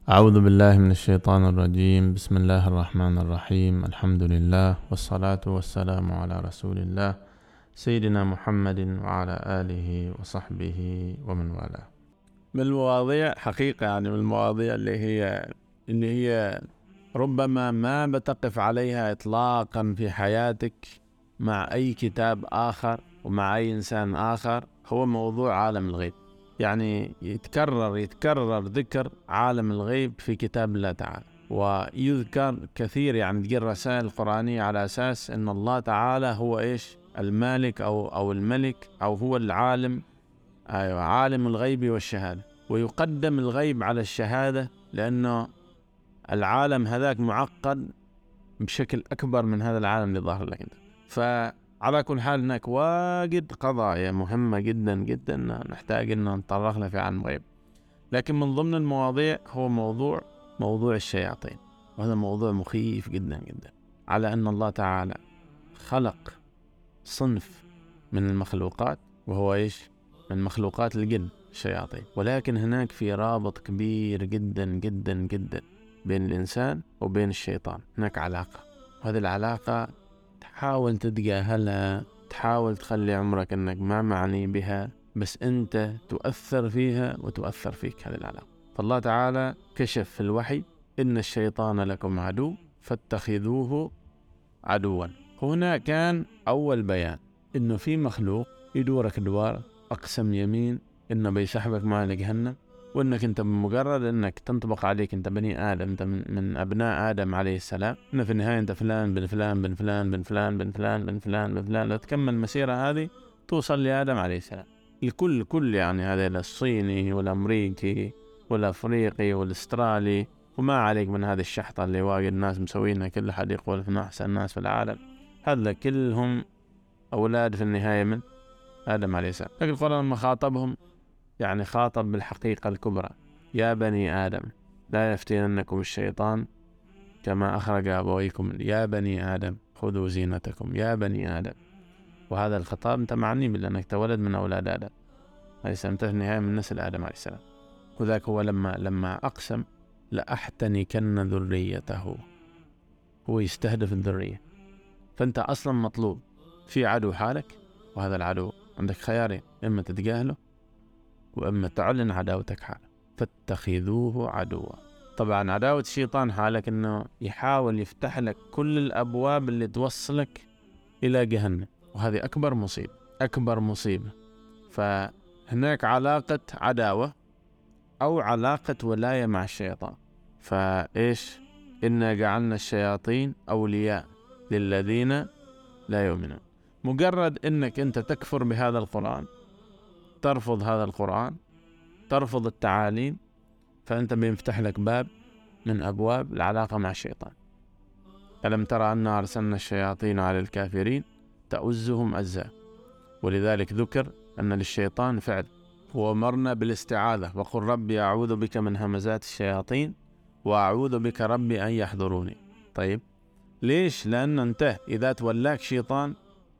أعوذ بالله من الشيطان الرجيم. بسم الله الرحمن الرحيم. الحمد لله والصلاة والسلام على رسول الله سيدنا محمد وعلى آله وصحبه ومن والاه. من المواضيع حقيقة من المواضيع اللي هي ربما ما بتقف عليها إطلاقا في حياتك مع أي كتاب آخر ومع أي إنسان آخر، هو موضوع عالم الغيب. يتكرر ذكر عالم الغيب في كتاب الله تعالى، ويذكر كثير تجي الرسائل القرآنية على أساس أن الله تعالى هو المالك أو الملك، أو هو العالم، عالم الغيب والشهادة، ويقدم الغيب على الشهادة لأنه العالم هذاك معقد بشكل أكبر من هذا العالم اللي ظاهر لك انت. فعلى كل حال هناك واجد قضايا مهمة جدا جدا نحتاج أن نتطرق لها في عالم الغيب، لكن من ضمن المواضيع هو موضوع الشياطين، وهذا موضوع مخيف جدا جدا، على أن الله تعالى خلق صنف من المخلوقات، وهو من مخلوقات الجن الشياطين، ولكن هناك في رابط كبير جدا جدا جدا بين الإنسان وبين الشيطان. هناك علاقة، وهذه العلاقة تحاول تتجاهلها، تحاول تخلي عمرك أنك ما معني بها، بس أنت تؤثر فيها وتؤثر فيك هذه العلاقة. فالله تعالى كشف في الوحي: إن الشيطان لكم عدو فاتخذوه عدوا. هنا كان أول بيان إنه في مخلوق يدورك دوار، أقسم يمين إنه بيسحبك معه لجهنم، وإنك أنت بمجرد إنك تنطبق عليك أنت بني آدم، أنت من أبناء آدم عليه السلام، إن في النهاية أنت فلان بن فلان بن فلان بن فلان بن فلان بن فلان بن فلان، لو تكمل المسيرة هذه توصل لآدم عليه السلام. الكل هذا الصيني والأمريكي والأفريقي والأسترالي، وما عليك من هذه الشحطة اللي واجد الناس مسوينها، كل حد يقول إحنا أحسن ناس في العالم، هذا كلهم أولاد في النهاية من آدم عليه السلام. لكن القرآن لما خاطبهم خاطب بالحقيقة الكبرى: يا بني آدم لا يفتننكم الشيطان كما أخرج أبويكم، يا بني آدم خذوا زينتكم يا بني آدم. وهذا الخطاب أنت معني لأنك تولد من أولاد آدم عليه السلام، في النهاية من نسل آدم عليه السلام. وذاك هو لما أقسم لأحتنكن ذريته، هو يستهدف الذرية. فأنت أصلا مطلوب في عدو حالك، وهذا العدو عندك خيارين: إما تتجاهله وإما تعلن عداوتك حاله. فاتخذوه عدوا. طبعا عداوة الشيطان حالك إنه يحاول يفتح لك كل الأبواب اللي توصلك إلى جهنم، وهذه أكبر مصيبة. فهناك علاقة عداوة أو علاقة ولاية مع الشيطان. إنا جعلنا الشياطين أولياء للذين لا يؤمنون. مجرد إنك أنت تكفر بهذا القرآن، ترفض هذا القرآن، ترفض التعاليم، فأنت بينفتح لك باب من أبواب العلاقة مع الشيطان. ألم ترى أننا أرسلنا الشياطين على الكافرين تؤزهم أزا. ولذلك ذكر أن للشيطان فعل، وأمرنا بالاستعاذة: وقل ربي أعوذ بك من همزات الشياطين وأعوذ بك ربي أن يحضروني. طيب ليش؟ لأن أنت إذا تولاك شيطان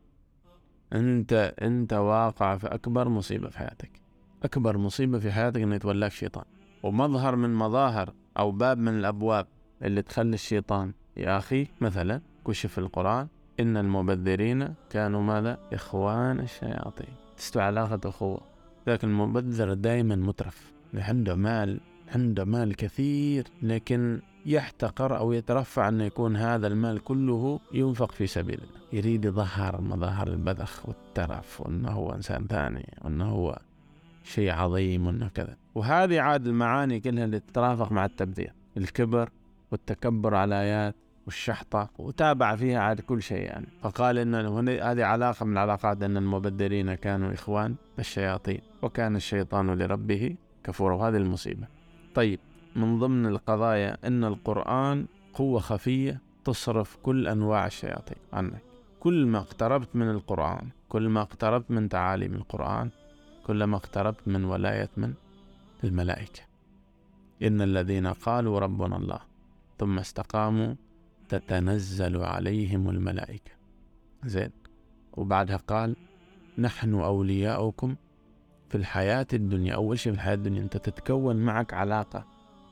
أنت واقع في أكبر مصيبة في حياتك. أكبر مصيبة في حياتك أن يتولاك شيطان. ومظهر من مظاهر أو باب من الأبواب اللي تخلي الشيطان يا أخي، مثلا كشف القرآن: إن المبذرين كانوا ماذا؟ إخوان الشياطين. تستوى علاقة أخوة. لكن المبذر دائما مترف، عنده مال كثير، لكن يحتقر أو يترفع أن يكون هذا المال كله ينفق في سبيل الله. يريد يظهر مظاهر البذخ والترف، وأنه هو إنسان ثاني، وأنه هو شيء عظيم، وأنه كذا. وهذه عاد المعاني كلها اللي تترافق مع التبذير: الكبر والتكبر على آيات والشحطة، وتابع فيها عاد كل شيء. فقال إن هذه علاقة من العلاقات، أن المبذرين كانوا إخوان الشياطين وكان الشيطان لربه كفورا. وهذه المصيبة. طيب، من ضمن القضايا أن القرآن قوة خفية تصرف كل أنواع الشياطين عنك. كل ما اقتربت من القرآن، كل ما اقتربت من تعاليم القرآن، كلما اقتربت من ولاية من الملائكة. إن الذين قالوا ربنا الله ثم استقاموا تتنزل عليهم الملائكة. زين. وبعدها قال: نحن أولياؤكم في الحياة الدنيا. أول شيء في الحياة الدنيا أنت تتكون معك علاقة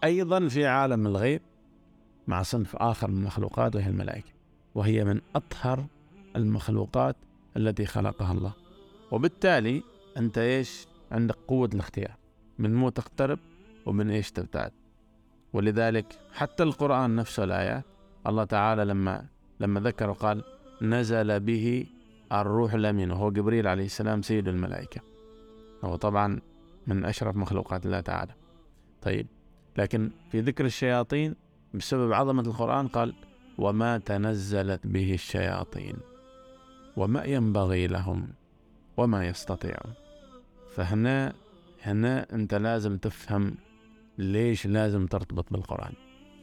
أيضا في عالم الغيب مع صنف آخر من المخلوقات وهي الملائكة، وهي من أطهر المخلوقات التي خلقها الله. وبالتالي أنت إيش عندك قوة الاختيار من مو تقترب ومن إيش تبتعد. ولذلك حتى القرآن نفسه الآيات الله تعالى لما ذكر وقال نزل به الروح الأمين، وهو جبريل عليه السلام سيد الملائكة، هو طبعا من أشرف مخلوقات الله تعالى. طيب، لكن في ذكر الشياطين بسبب عظمة القرآن قال وما تنزلت به الشياطين وما ينبغي لهم وما يستطيعون. فهنا أنت لازم تفهم ليش لازم ترتبط بالقرآن،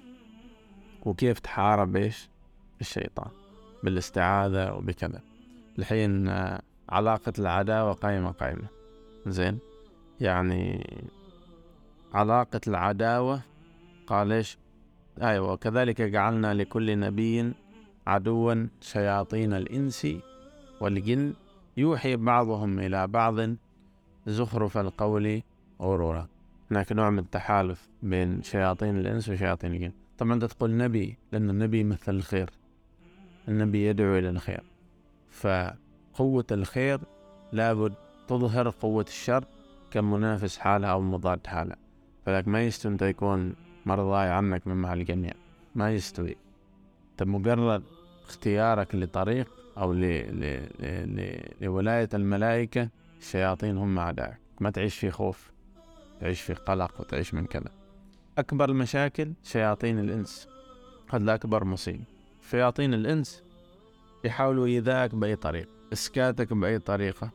وكيف تحارب إيش الشيطان بالاستعاذة وبكذا. الحين علاقة العداوة قائمة زين، يعني علاقة العداوة قال إيش؟ أيوة، وكذلك جعلنا لكل نبي عدوا شياطين الإنس والجن يوحي بعضهم إلى بعض زخرف القول غرورا. هناك نوع من التحالف بين شياطين الإنس وشياطين الجن. طبعا أنت تقول نبي لأن النبي مثل الخير، النبي يدعو إلى الخير، فقوة الخير لابد تظهر قوة الشر كمنافس حالها أو مضاد حالها. فلك ما يستوي أنت يكون مرضاي عنك من مع الجميع، ما يستوي. مجرد اختيارك لطريق أو لولاية الملائكة، الشياطين هم أعدائك. ما تعيش في خوف، تعيش في قلق وتعيش من كذا. أكبر المشاكل شياطين الإنس، هذا أكبر مصيبة. شياطين الإنس يحاولوا إيذائك بأي طريقة، إسكاتك بأي طريقة،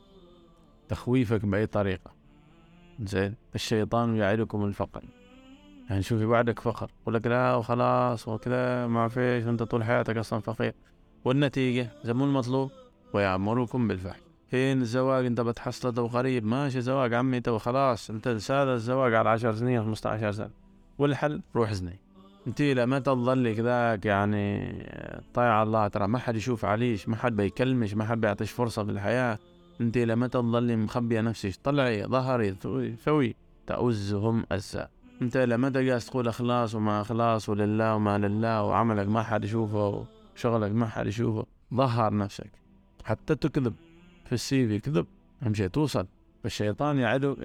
تخويفك بأي طريقة. زين، الشيطان يعدكم الفقر، يعني شوف يوعدك فقر يقول لك لا وخلاص وكذا ما فيش، أنت طول حياتك أصلا فقير، والنتيجة زمون المطلوب ويأمركم بالفحش. هين الزواج أنت بتحصله تو قريب، ماشي زواج عمي تو خلاص، أنت هذا الزواج على 10 سنين 15 سنة، والحل روح زني. أنت لما تظل كذاك يعني طيع الله، ترى ما حد يشوف عليش، ما حد بيكلمش، ما حد بيعطيش فرصة في الحياة. أنت لما تظل مخبية نفسك، طلعي ظهري ثوي تأوزهم أزا. أنت لما تجلس تقول أخلاص وما أخلاص ولله وما لله، وعملك ما حد يشوفه وشغلك ما حد يشوفه، ظهر نفسك. حتى تكذب في السيفي كذب، أهم شيء توصل. فالشيطان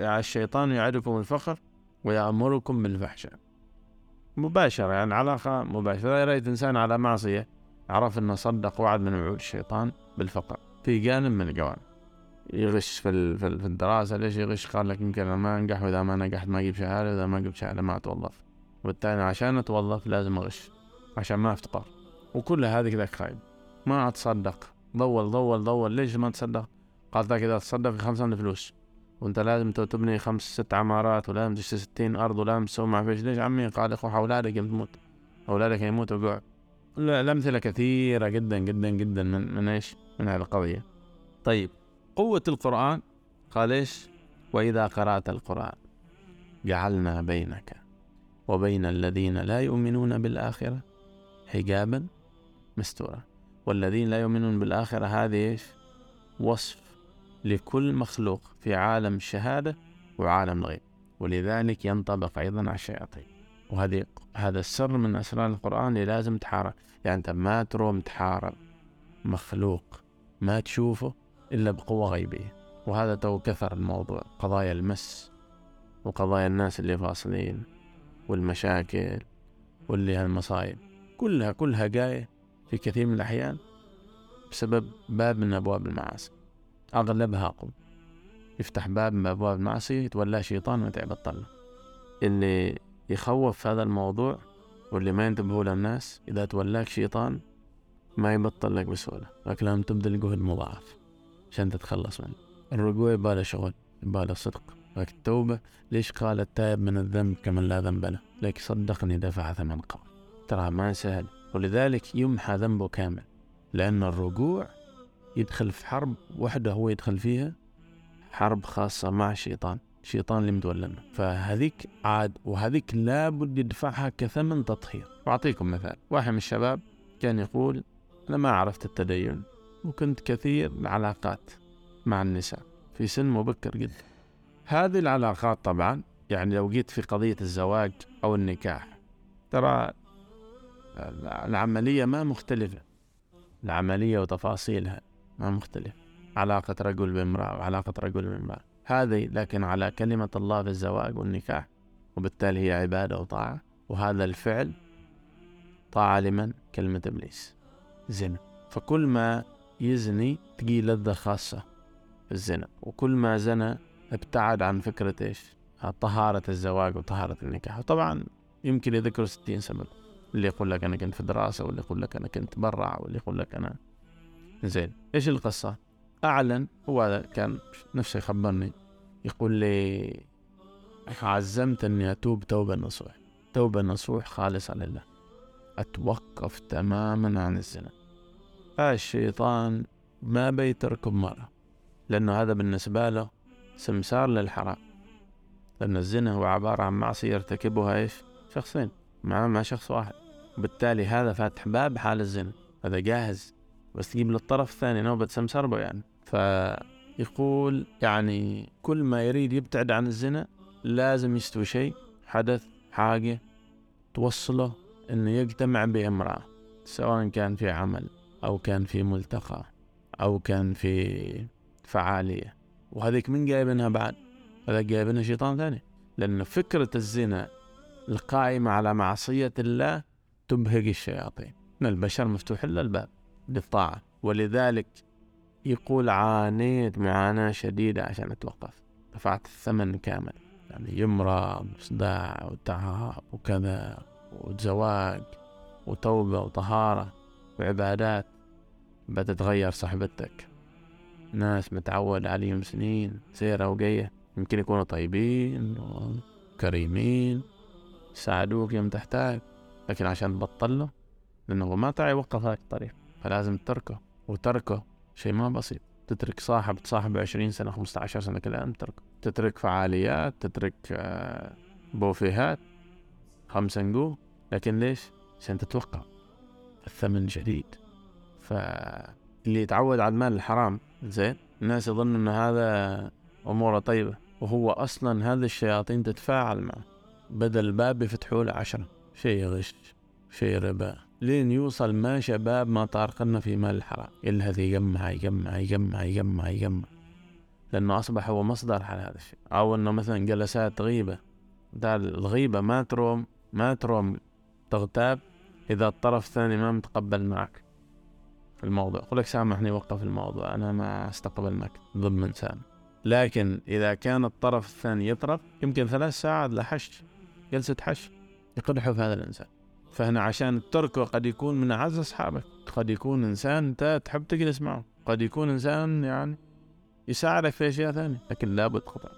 يعدكم الفقر ويأمركم بالفحشاء مباشرة، يعني علاقة مباشرة. إذا رأيت إنسان على معصية عرف أنه صدق وعد من وعود الشيطان بالفقر في جانب من الجوانب. يغش في الدراسة، ليش يغش؟ قال لك يمكن أنا ما أنجح، وإذا ما نجحت ما أجيب شهادة، وإذا ما جبت شهادة ما أتوظف، وبالتالي عشان أتوظف لازم أغش عشان ما أفتقر. وكل هذه كذا خايب، ما أتصدق. ضول ليش ما تصدق؟ قال ذاك إذا تصدق 5 من الفلوس، وأنت لازم تبني 5-6 عمارات، ولازم تشتري 60 أرض، ولازم تسوي ما فيش. ليش عمي؟ قال أخوة أولادك يموت، أولادك يموتوا جوع. الأمثلة كثيرة جدا جدا جدا من إيش؟ من هذه القضية. طيب، قوة القرآن قال إيش؟ وإذا قرأت القرآن جعلنا بينك وبين الذين لا يؤمنون بالآخرة حجابا مستورا. والذين لا يؤمنون بالآخرة هذه إيش؟ وصف لكل مخلوق في عالم الشهادة وعالم الغيب، ولذلك ينطبق أيضا على الشياطين. هذا السر من أسرار القرآن اللي لازم تحارب. يعني أنت ما تروم تحارب مخلوق ما تشوفه إلا بقوة غيبية. وهذا تو كثر الموضوع، قضايا المس وقضايا الناس اللي فاصلين والمشاكل واللي هالمصايب كلها جاية في كثير من الأحيان بسبب باب من أبواب المعاصي. أغلبها قوم يفتح باب من أبواب المعاصي يتولى شيطان ويتبطل. اللي يخوف هذا الموضوع واللي ما ينتبهوا للناس، إذا تولاك شيطان ما يبطل لك بسهولة، لكن لازم تبذل جهد مضاعف عشان تتخلص منه. الرجوع يباله شغل، يباله صدق. لكن التوبة، ليش قال التائب من الذنب كمن لا ذنب له؟ لكن صدقني دفع ثمن قوي، ترى ما سهل. ولذلك يمحى ذنبه كامل، لأن الرجوع يدخل في حرب وحده، هو يدخل فيها حرب خاصة مع الشيطان اللي متولنا. فهذيك عاد، وهذيك لابد يدفعها كثمن تطهير. وأعطيكم مثال، واحد من الشباب كان يقول أنا ما عرفت التدين، وكنت كثير العلاقات مع النساء في سن مبكر جدا. هذه العلاقات طبعا يعني لو جيت في قضية الزواج أو النكاح، ترى العملية ما مختلفة، العملية وتفاصيلها ما مختلفة. علاقة رجل بامرأة وعلاقة رجل بامرأة هذه، لكن على كلمة الله في الزواج والنكاح، وبالتالي هي عبادة وطاعة. وهذا الفعل طاعة لمن؟ كلمة إبليس، زنا. فكل ما يزني تجي لذة خاصة في الزنا، وكل ما زنى ابتعد عن فكرة إيش؟ طهارة الزواج وطهارة النكاح. وطبعا يمكن يذكروا 60 سبب، اللي يقول لك أنا كنت في دراسة، واللي يقول لك أنا كنت برع، واللي يقول لك أنا زين. إيش القصة؟ أعلن هو كان نفسه يخبرني، يقول لي عزمت أني أتوب توبة نصوح، توبة نصوح خالصة لله، أتوقف تماما عن الزنا. فالشيطان ما بيتركب مرة، لأنه هذا بالنسبة له سمسار للحرام، لأن الزنا هو عبارة عن معصية يرتكبها إيش؟ شخصين مع شخص واحد، بالتالي هذا فاتح باب حال الزنا، هذا جاهز، بس تجيب للطرف الثاني نوبة سمسار به يعني. فيقول يعني كل ما يريد يبتعد عن الزنا لازم يستوي شيء، حدث، حاجة توصله إنه يجتمع بامرأة، سواء كان في عمل أو كان في ملتقى أو كان في فعالية. وهذيك من جايبينها بعد؟ هذا جايبينها شيطان ثاني، لأن فكرة الزنا القائمة على معصية الله تبهج الشياطين، إن البشر مفتوح إلا الباب للطاعة. ولذلك يقول عانيت معاناة شديدة عشان أتوقف، دفعت الثمن كامل، يعني يمرض وصداع وتعب وكذا وزواج وتوبة وطهارة وعبادات. بتتغير صحبتك، ناس متعود عليهم سنين سيرة وجاية، يمكن يكونوا طيبين وكريمين يساعدوك يوم تحتاج، لكن عشان تبطله، لأنه ما تعي يوقف هذا الطريق، فلازم تتركه. وتركه شيء ما بسيط، تترك صاحب تصاحبه 20 سنة 15 سنة كلام تتركه، تترك فعاليات، تترك بوفيهات 5 نجوم، لكن ليش؟ عشان تتوقع الثمن شديد. فاللي يتعود على المال الحرام زين، الناس يظن أن هذا أموره طيبة، وهو أصلا هذه الشياطين تتفاعل معه، بدل الباب يفتحوا له 10، شيء غش، شيء ربا، لين يوصل ما شباب ما طارقنا في مال الحرام إلا هذا يجمع يجمع يجمع يجمع يجمع، لأنه أصبح هو مصدر على هذا الشيء. أو أنه مثلا جلسات غيبة، ده الغيبة ما تروم تغتاب إذا الطرف الثاني ما متقبل معك الموضوع، يقول لك سامحني وقف الموضوع، أنا ما أستقبل معك ضمن إنسان. لكن إذا كان الطرف الثاني يطرف يمكن 3 ساعات لحش، جلسة حش، يقدحوا في هذا الإنسان. فهنا عشان تركه قد يكون من أعز أصحابك، قد يكون إنسان أنت تحب تجلس معه، قد يكون إنسان يعني يساعدك في أشياء ثانية، لكن لابد قطع.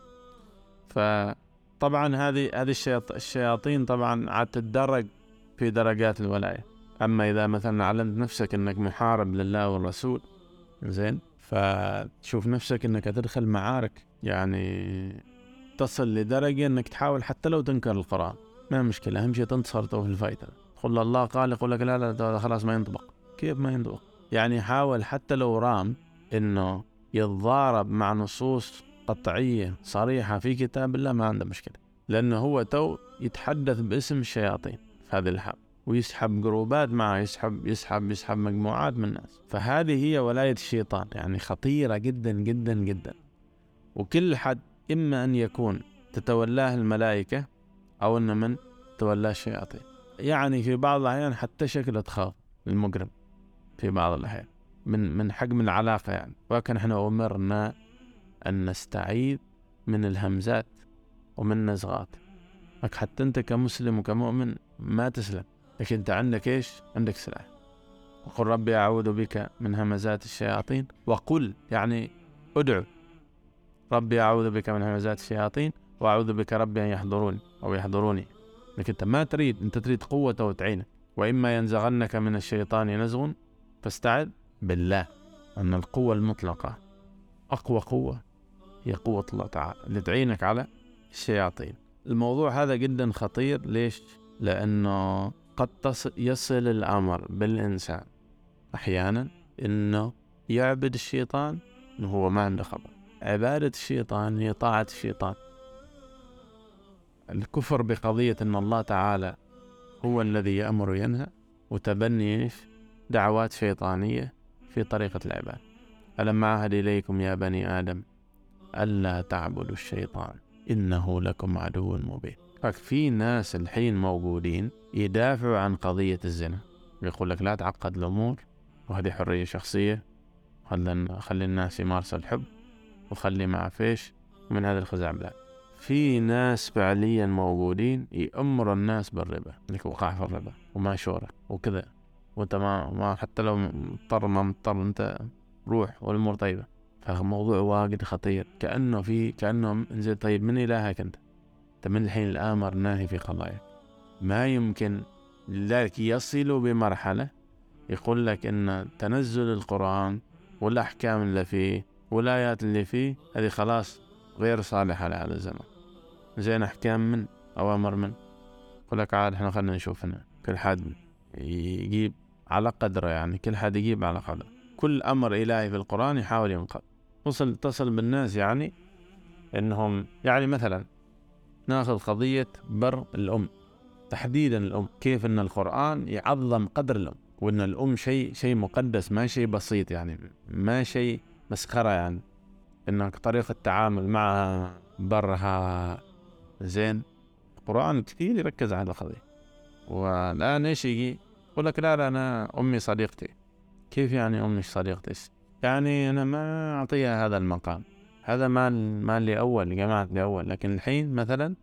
فطبعا هذه الشياطين طبعا عاد تتدرج في درجات الولاية. أما إذا مثلا علمت نفسك أنك محارب لله والرسول زين، فتشوف نفسك أنك تدخل معارك، يعني تصل لدرجة أنك تحاول حتى لو تنكر القرآن ما مشكلة، أهم شيء تنتصر في الفايدة. قل الله قال، يقول لك لا لا خلاص ما ينطبق. كيف ما ينطبق؟ يعني حاول حتى لو رام أنه يتضارب مع نصوص قطعية صريحة في كتاب الله، ما عنده مشكلة، لأنه هو يتحدث باسم الشياطين في هذه الحال، ويسحب جروبات معه، يسحب مجموعات من الناس. فهذه هي ولاية الشيطان، يعني خطيرة جدا جدا جدا. وكل حد إما أن يكون تتولاه الملائكة أو أن من تولاه الشياطين. يعني في بعض الأحيان حتى شكل تخاف المجرم في بعض الأحيان من حجم العلاقة يعني. ولكن احنا أمرنا أن نستعيذ من الهمزات ومن النزغات. حتى أنت كمسلم وكمؤمن ما تسلم، لكن أنت عندك إيش؟ عندك سلاح. وقل ربي أعوذ بك من همزات الشياطين، وقل يعني أدعو ربي أعوذ بك من همزات الشياطين وأعوذ بك ربي أن يحضروني أو يحضروني. لكن أنت ما تريد، أنت تريد قوة وتعينك. وإما ينزغنك من الشيطان نزغ فاستعذ بالله، أن القوة المطلقة أقوى قوة هي قوة الله تعالى اللي تعينك على الشياطين. الموضوع هذا جدا خطير. ليش؟ لأنه قد يصل الأمر بالإنسان أحيانا إنه يعبد الشيطان وهو ما عنده خبر. عبادة الشيطان هي طاعة الشيطان، الكفر بقضية أن الله تعالى هو الذي يأمر وينهى، وتبني دعوات شيطانية في طريقة العبادة. ألم أعهد إليكم يا بني آدم ألا تعبدوا الشيطان إنه لكم عدو مبين. ففي ناس الحين موجودين يدافعوا عن قضية الزنا، يقول لك لا تعقد الأمور، وهذه حرية شخصية، خلي الناس يمارسوا الحب، وخلي ما فيش من هذا الخزعبلات. في ناس فعليا موجودين يأمر الناس بالربا، انك وقع في الربا وماشورة وكذا، وانت ما حتى لو مضطر ما مضطر انت روح والامور طيبة. فموضوع واجد خطير، كأنه انزل طيب من إلهك انت من الحين الآمر ناهي في قضايا. ما يمكن، لذلك يصلوا بمرحلة يقول لك ان تنزل القرآن والأحكام اللي فيه والآيات اللي فيه هذه خلاص غير صالحة لهذا الزمن. زين أحكام من أوامر من، يقول لك عاد احنا خلنا نشوف هنا، كل حد يجيب على قدره، يعني كل حد يجيب على قدره. كل أمر إلهي في القرآن يحاول ينقض. تصل بالناس يعني إنهم يعني مثلا ناخذ قضية بر الأم تحديدا، الأم كيف إن القرآن يعظم قدر الأم، وإن الأم شيء مقدس، ما شيء بسيط، يعني ما شيء مسخرة، يعني إنك طريقة التعامل مع برها. زين القرآن كثير يركز على القضية. والآن إيش يجي يقول لك لا أنا أمي صديقتي. كيف يعني أمي صديقتي؟ يعني أنا ما أعطيها هذا المقام، هذا مال لأول جماعة لأول. لكن الحين مثلا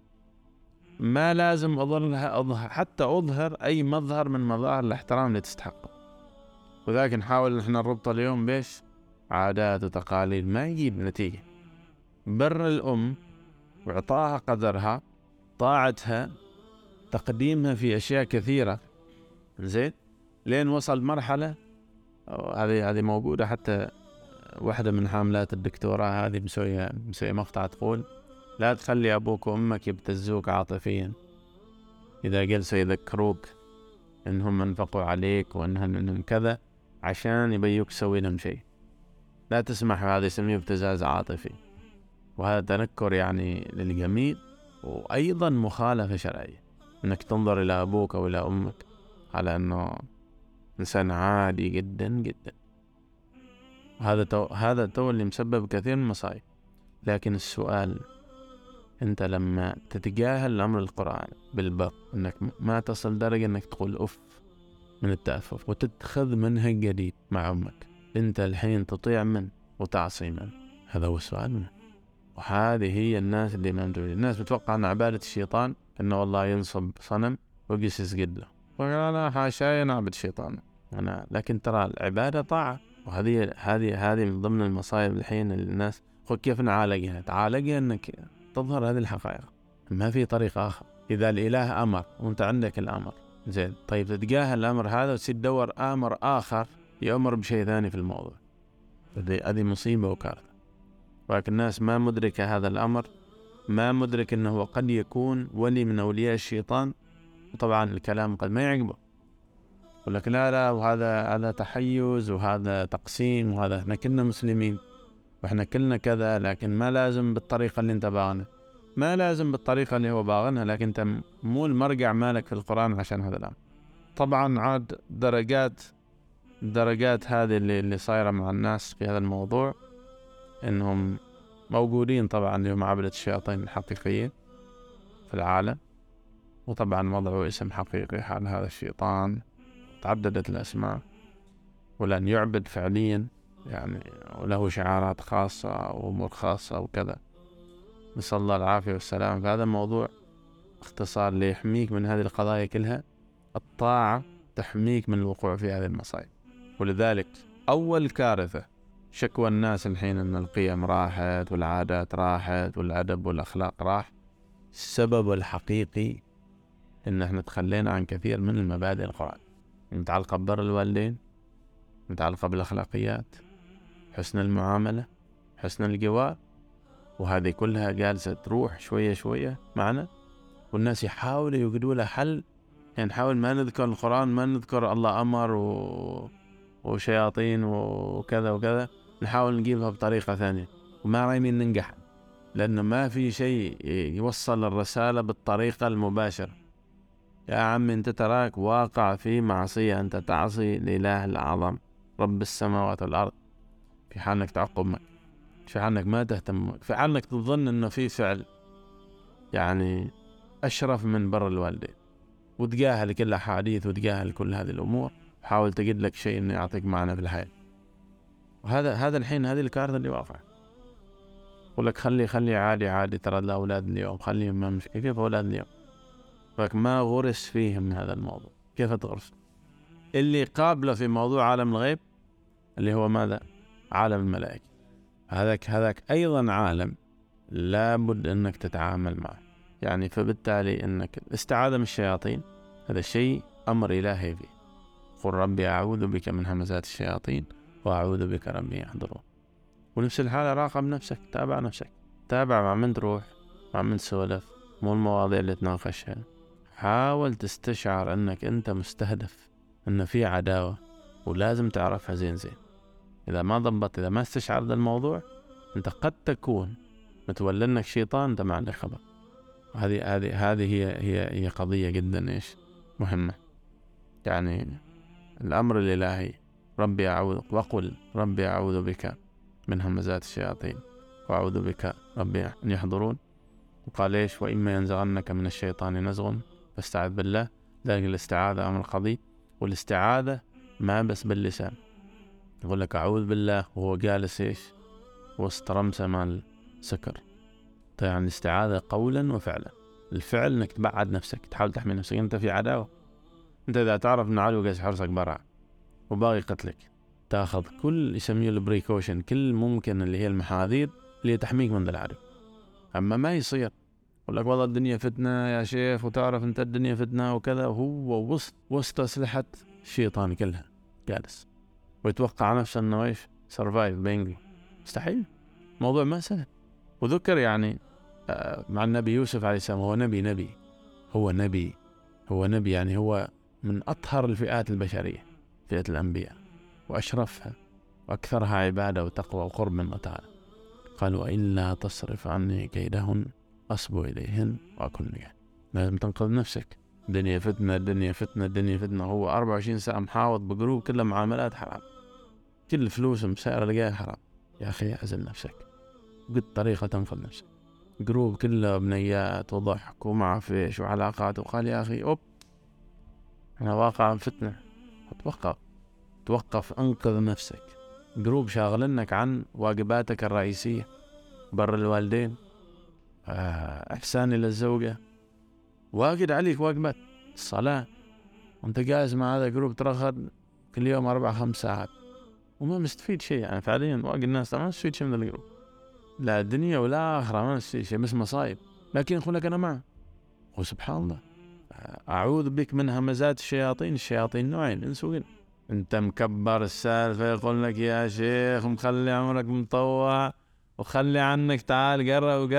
ما لازم حتى أظهر أي مظهر من مظاهر الاحترام اللي تستحقه. وذاك نحاول إحنا نربط اليوم بيش عادات وتقاليد، ما يجيب نتيجة. بر الأم وإعطاها قدرها، طاعتها، تقديمها في أشياء كثيرة، زين لين وصل مرحلة، هذه موجودة حتى واحدة من حاملات الدكتوراه هذه مسوية مقطع تقول لا تخلي أبوك وأمك يبتزوك عاطفيا إذا جلسوا يذكروك إنهم أنفقوا عليك وإنهم كذا عشان يبيوك تسوي لهم شيء. لا تسمح، هذا يسميه ابتزاز عاطفي، وهذا تنكر يعني للجميل، وأيضا مخالفة شرعية، إنك تنظر إلى أبوك أو إلى أمك على أنه إنسان عادي جدا جدا. هذا تو اللي مسبب كثير من المصايب. لكن السؤال، أنت لما تتجاهل الأمر القرآن بالبر، إنك ما تصل درجة إنك تقول أف من التأفف وتتخذ منهج جديد مع أمك، أنت الحين تطيع من وتعصي من؟ هذا هو السؤال منه. وهذه هي الناس اللي ما مدري. الناس بتوقع أن عبادة الشيطان إنه والله ينصب صنم ويجلس يسجد له، وقال أنا حاشاي نعبد الشيطان لكن ترى العبادة طاعة. وهذه من ضمن المصايب الحين الناس. كيف تعالجها إنك تظهر هذه الحقائق، ما في طريقة آخر. إذا الإله أمر وأنت عندك الأمر، زين طيب تتجاهل الأمر هذا وتصير تدور أمر آخر يأمر بشيء ثاني في الموضوع. هذه مصيبة وكارثة. ولكن الناس ما مدركة هذا الأمر، ما مدرك أنه قد يكون ولي من أولياء الشيطان. وطبعا الكلام قد ما يعجبه، يقول لك لا وهذا تحيز وهذا تقسيم وهذا احنا كلنا مسلمين واحنا كلنا كذا، لكن ما لازم بالطريقة اللي انت باغنها، ما لازم بالطريقة اللي هو باغنها، لكن انت مو المرجع مالك في القرآن عشان هذا الأمر. طبعا عاد درجات هذه اللي صايرة مع الناس في هذا الموضوع، انهم موجودين طبعا اليوم عبدة الشياطين الحقيقيين في العالم، وطبعا وضعوا اسم حقيقي حال هذا الشيطان، تعددت الأسماء، ولن يعبد فعليا يعني، وله شعارات خاصة وأمور خاصة وكذا، نسأل الله العافية والسلام. فهذا الموضوع اختصار ليحميك من هذه القضايا كلها. الطاعة تحميك من الوقوع في هذه المصائب. ولذلك أول كارثة شكوى الناس الحين أن القيم راحت والعادات راحت والأدب والأخلاق راح. السبب الحقيقي إن احنا تخلينا عن كثير من المبادئ القرآن، متعلقة ببر الوالدين، متعلقة بالأخلاقيات، حسن المعاملة، حسن الجوار، وهذه كلها جالسة تروح شوية شوية معنا. والناس يحاولوا يوجدوا لها حل، يعني نحاول ما نذكر القرآن، ما نذكر الله أمر وشياطين وكذا وكذا، نحاول نجيبها بطريقة ثانية وما رايمين ننجح. لأنه ما في شيء يوصل الرسالة بالطريقة المباشرة. يا عم أنت تراك واقع في معصية، أنت تعصي الإله الأعظم رب السماوات والأرض، في حال أنك تعقب معك، في حال أنك ما تهتم، في حال أنك تظن أنه في فعل يعني أشرف من بر الوالدين، وتجاهل كل الأحاديث وتجاهل كل هذه الأمور، حاول تجد لك شيء إنه يعطيك معنى في الحياة. وهذا الحين هذه الكارثة اللي واقعة. يقول لك خلي عادي ترى الأولاد اليوم خليهم ما مشكلة. كيف أولاد اليوم؟ لك ما غرس فيهم هذا الموضوع، كيف تغرس؟ اللي قابله في موضوع عالم الغيب اللي هو ماذا؟ عالم الملائكة. هذاك أيضا عالم لابد أنك تتعامل معه. يعني فبالتالي أنك الاستعاذة من الشياطين هذا شيء أمر إلهي فيه. قل ربي أعوذ بك من همزات الشياطين وأعوذ بك ربي يحضرون. ونفس الحالة راقب نفسك، تابع نفسك، تابع مع من تروح، مع من تسولف، مو المواضيع اللي تناقشها. حاول تستشعر أنك أنت مستهدف، أن في عداوة ولازم تعرفها زين. إذا ما ضبط، إذا ما استشعر ذا الموضوع، أنت قد تكون متولى لك شيطان أنت ما عندك خبر. هذه هي قضية جدا مهمة. يعني الأمر الإلهي وقل ربي أعوذ بك من همزات الشياطين وأعوذ بك ربي أن يحضرون. وقال وإما ينزغنك من الشيطان نزغ فاستعذ بالله. ذلك الاستعاذة أمر قضية، والاستعاذة ما بس باللسان. يقول لك أعوذ بالله وهو جالس وسط رمسة مال سكر. يعني الاستعاذة قولا وفعلا. الفعل انك تبعد نفسك، تحاول تحمي نفسك. انت في عداوة، انت اذا تعرف ان عدو قاعد يحرسك برا وباغي قتلك، تاخذ كل يسميه البريكوشن، كل ممكن اللي هي المحاذير اللي تحميك من العدو. اما ما يصير يقول لك والله الدنيا فتنة يا شيخ، وتعرف انت الدنيا فتنة وكذا، وهو وسط أسلحة الشيطان كلها جالس، ويتوقع نفسه انه سرفايف بينجلو. مستحيل، موضوع ما سهل. وذكر يعني مع النبي يوسف عليه السلام، هو نبي يعني هو من أطهر الفئات البشرية، فئة الأنبياء، وأشرفها وأكثرها عبادة وتقوى وقرب من الله تعالى. قالوا إلا تصرف عني كيدهن أصب إليهن وأكن منهن. لازم تنقذ نفسك. الدنيا فتنة. هو 24 ساعة محاوط بقلوب كلها معاملات حرام، كل فلوس مسائر لقاها حرام. يا أخي أعزل نفسك، قد طريقة تنقذ نفسك. جروب كله بنيات وضحك ومع فيش وعلاقات، وقال يا أخي أنا واقع فتنة. توقف أنقذ نفسك. جروب شاغلنك عن واجباتك الرئيسية، بر الوالدين، إحسان إلى الزوجة، واجد عليك واجبات الصلاة، وانت جالس مع هذا جروب ترخد كل يوم 4-5 ساعات وما مستفيد شيء. يعني فعليا واجد الناس ما مستفيد شيء من الجروب، لا الدنيا ولا آخرة، ما نسي شيء، بس مصايب. لكن يقول لك أنا معه. وسبحان الله، أعوذ بك من همزات الشياطين نوعين، إنس وجن. أنت مكبر السالفة، يقول لك يا شيخ مخلي عمرك مطوع وخلي عنك، تعال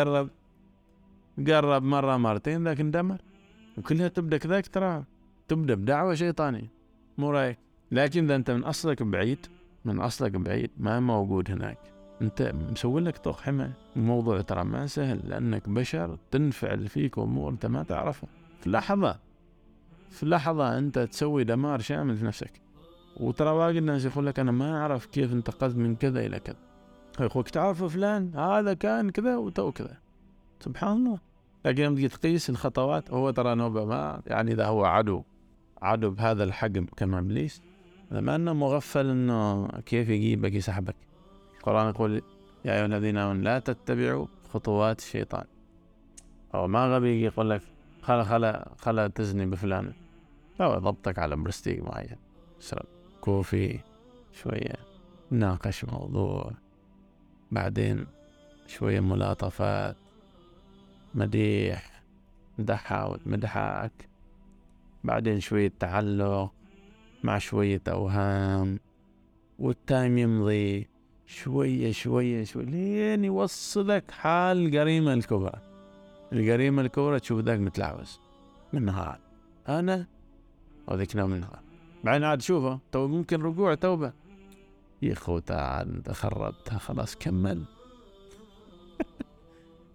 قرب مرة مرتين لكن دمر، وكلها تبدأ كذاك. ترى تبدأ بدعوة شيطانية، مو رايك. لكن إذا أنت من أصلك بعيد ما موجود هناك، انت مسوي لك طوق حماية. الموضوع ترى ما سهل، لانك بشر تنفعل فيك امور انت ما تعرفها. في لحظة انت تسوي دمار شامل في نفسك. وترى واجد الناس يقول لك انا ما اعرف كيف انتقلت من كذا الى كذا. اخوك تعرف فلان هذا كان كذا وتو كذا، سبحان الله. لكن لما تجي تقيس الخطوات، هو ترى نوبة ما يعني اذا هو عدو بهذا الحجم كما ابليس، لما انه مغفل انه كيف يجيبك يسحبك. القرآن يقول يا أيها الذين آمنوا لا تتبعوا خطوات الشيطان. أو ما غبي يقول لك خلا تزني بفلان، لا ضبطك على برستيج معين، شرب كوفي شوية، ناقش موضوع، بعدين شوية ملاطفات، مديح، مدحك، بعدين شوية تعلق مع شوية أوهام، والتايم يمضي شوية لين يوصلك حال الجريمة الكبرى. تشوف ذاك متلعوز من نهار أنا وذكنا من نهار، بعدين عاد شوفه تو ممكن رجوع توبة. يا أخو تعال أنت خربتها خلاص، كمل.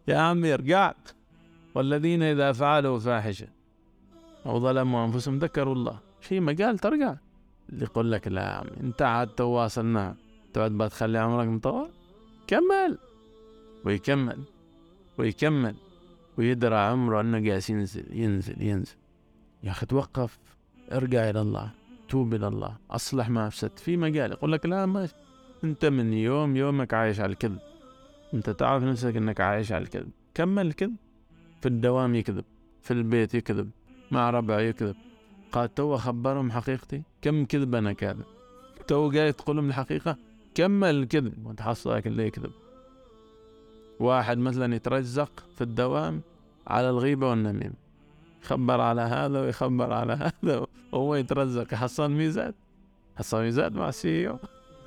يا عمي ارجع. والذين إذا فعلوا فاحشة أو ظلموا أنفسهم ذكروا الله، في مجال ترجع. اللي يقول لك لا يا عمي أنت عاد تواصلنا تقعد بقى تخلي عمرك مطول، كمل ويكمل ويكمل ويدرى عمره أنه جالس ينزل ينزل ينزل. يا أخي توقف، ارجع إلى الله، توب إلى الله، أصلح ما أفسدت. في مجال يقول لك لا ماشي، أنت من يومك عايش على الكذب، أنت تعرف نفسك أنك عايش على الكذب، كمل الكذب. في الدوام يكذب، في البيت يكذب، مع ربعه يكذب. قال تو خبرهم حقيقتي، كم كذب أنا كاذب، تو جاي تقولهم الحقيقة، كمل الكذب وتحصلك اللي يكذب. واحد مثلا يترزق في الدوام على الغيبة والنميمة، يخبر على هذا ويخبر على هذا وهو يترزق، يحصل ميزات، حصل ميزات مع CEO.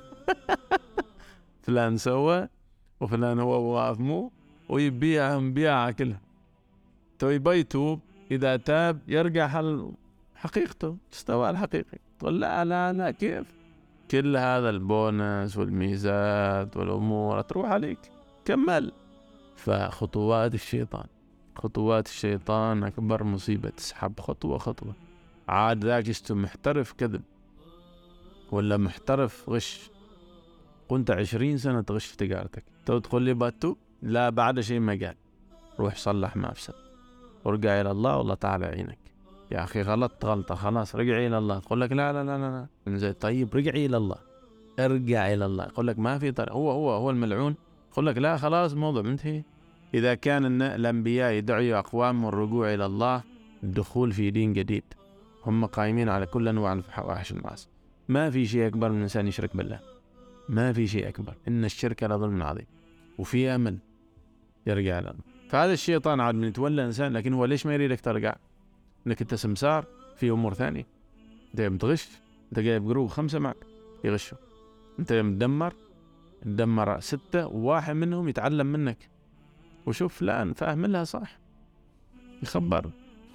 فلان سوى وفلان هو واقف مو، ويبيعهم بيعة كلها. تو يبي يتوب، إذا تاب يرجع حل حقيقته، استوى الحقيقي. تقول لا لا لا كيف؟ كل هذا البونس والميزات والأمور تروح عليك، كمل. فخطوات الشيطان، خطوات الشيطان أكبر مصيبة، تسحب خطوة خطوة. عاد ذاك اسمه محترف كذب ولا محترف غش. كنت 20 سنة تغش في تجارتك، تقول لي باتو؟ لا، بعد شيء ما قال. روح صلح ما أفسد وارجع إلى الله والله تعالى يعينك. يا أخي غلط غلطة خلاص رجعي إلى الله، تقول لك لا لا لا لا لا. طيب رجعي إلى الله، ارجع إلى الله. يقول لك ما في طريق، هو الملعون. يقول لك لا خلاص الموضوع منتهي. إذا كان الأنبياء يدعوا أقوام الرجوع إلى الله، الدخول في دين جديد، هم قائمين على كل أنواع الفواحش المعاصي. ما في شيء أكبر من الإنسان يشرك بالله، ما في شيء أكبر. إن الشرك لظلم عظيم. وفي أمل يرجع إلى الله. فهذا الشيطان عاد من يتولى إنسان، لكن هو ليش ما يريدك ترجع؟ إنك أنت سمسار في أمور ثانية. أنت بتغش، أنت جايب جروب 5 معك يغشوا، أنت مدمر 6 وواحد منهم يتعلم منك. وشوف فلان فاهم لها صح يخبر.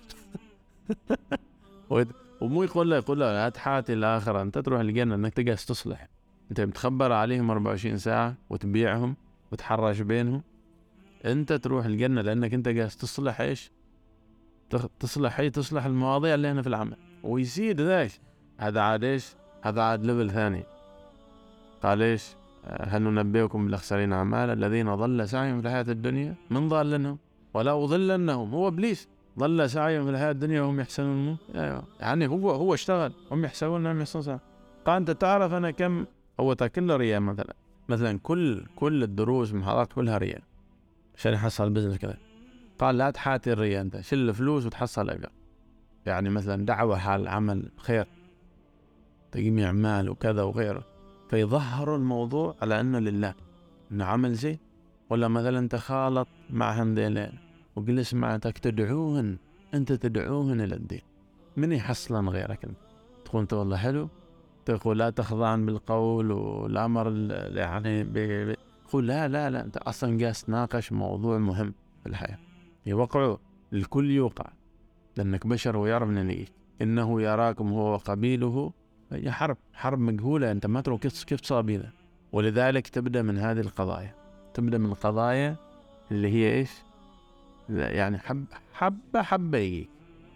ومو يقول له لا تحاتي الآخرة، أنت تروح الجنة أنك تجلس تصلح. أنت بتخبر عليهم 24 ساعة وتبيعهم وتحرش بينهم. أنت تروح الجنة لأنك أنت جالس تصلح إيش؟ تصلح المواضيع اللي هنا في العمل. ويزيد ذاك هذا عاد إيش؟ هذا عاد ليفل ثاني. قال إيش؟ هل ننبئكم بالأخسرين أعمالا الذين ضل سعيهم في الحياة الدنيا من ضالنهم ولا أضلنهم. هو إبليس ضل سعيهم في الحياة الدنيا وهم يحسنون. يعني هو اشتغل، هم يحسبون أنهم يحسنون. قال أنت تعرف أنا كم هو كل ريال مثلا كل الدروس محاضرات كلها ريال عشان يحصل بزنس كذا. قال لا تحاتي الريال، أنت شل فلوس وتحصل أجر. يعني مثلا دعوة حال عمل خير، تجميع مال وكذا وغيره، فيظهر الموضوع على أنه لله، أنه عمل زين. ولا مثلا تخالط مع هندين وجلس معك تدعوهن، أنت تدعوهن إلى الدين، من يحصلن غيرك؟ تقول أنت والله حلو، تقول لا تخضعن بالقول والأمر يعني قول لا لا لا، أنت أصلا جالس تناقش موضوع مهم في الحياة يوقعه، الكل يوقع لأنك بشر ويعرف إنه يراكم هو وقبيله. هي حرب مجهولة، أنت ما ترى كيف تصابينها. ولذلك تبدأ من هذه القضايا، تبدأ من القضايا اللي هي إيش؟ يعني حبة يجيك،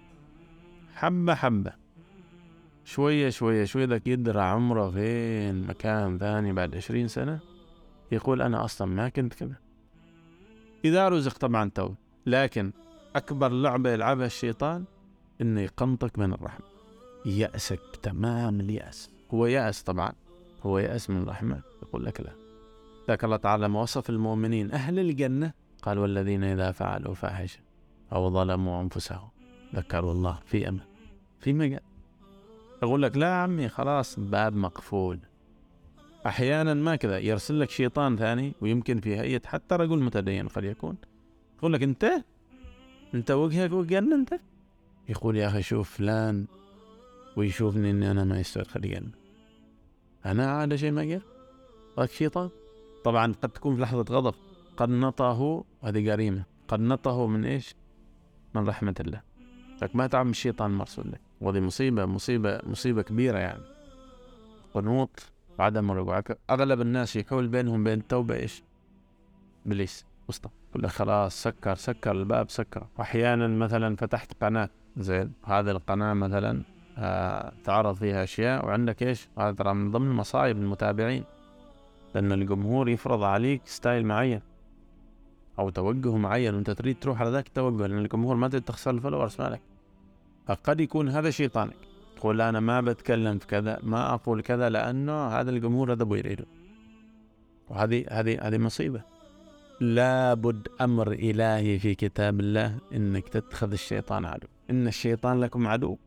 حبة شوية ذاك يدرى عمره فين مكان ثاني بعد 20 سنة يقول أنا أصلا ما كنت كذا. إذا رزق طبعا توب، لكن أكبر لعبة يلعبها الشيطان إنه يقنطك من الرحمة، يأسك تمام اليأس. هو يأس طبعا، هو يأس من الرحمة. يقول لك لا. ذاك الله تعالى ما وصف المؤمنين أهل الجنة قال والذين إذا فعلوا فاحشة أو ظلموا أنفسهم ذكروا الله في أمل في مجال. يقول لك لا عمي خلاص باب مقفول. أحيانا ما كذا يرسل لك شيطان ثاني، ويمكن في هيئة حتى رجل متدين قد يكون، يقول لك أنت وجهك وجهنا أنت. يقول يا أخي شوف فلان، ويشوفني إني أنا ما يستوي الجنة، أنا عاد شيء ما قال ذاك شيطان. طبعا قد تكون في لحظة غضب قد نطه، هذه جريمة، قد نطه من إيش؟ من رحمة الله. لك ما تعمل الشيطان مرسول لك، وهذه مصيبة كبيرة. يعني قنوط وعدم الرجوع. أغلب الناس يحول بينهم بين التوبة إيش؟ إبليس وسطه. يقول لك خلاص سكر الباب، سكر. وأحيانا مثلا فتحت قناة، زين، هذه القناة مثلا تعرض فيها أشياء، وعندك إيش، هذا ترى من ضمن مصايب المتابعين، لأن الجمهور يفرض عليك ستايل معين أو توجه معين، وأنت تريد تروح على ذاك التوجه، لأن الجمهور ما تريد تخسر الفولورز مالك. فقد يكون هذا شيطانك، تقول أنا ما بتكلم في كذا، ما أقول كذا، لأنه هذا الجمهور هذا بيريده. وهذه مصيبة. لابد أمر إلهي في كتاب الله إنك تتخذ الشيطان عدو. إن الشيطان لكم عدو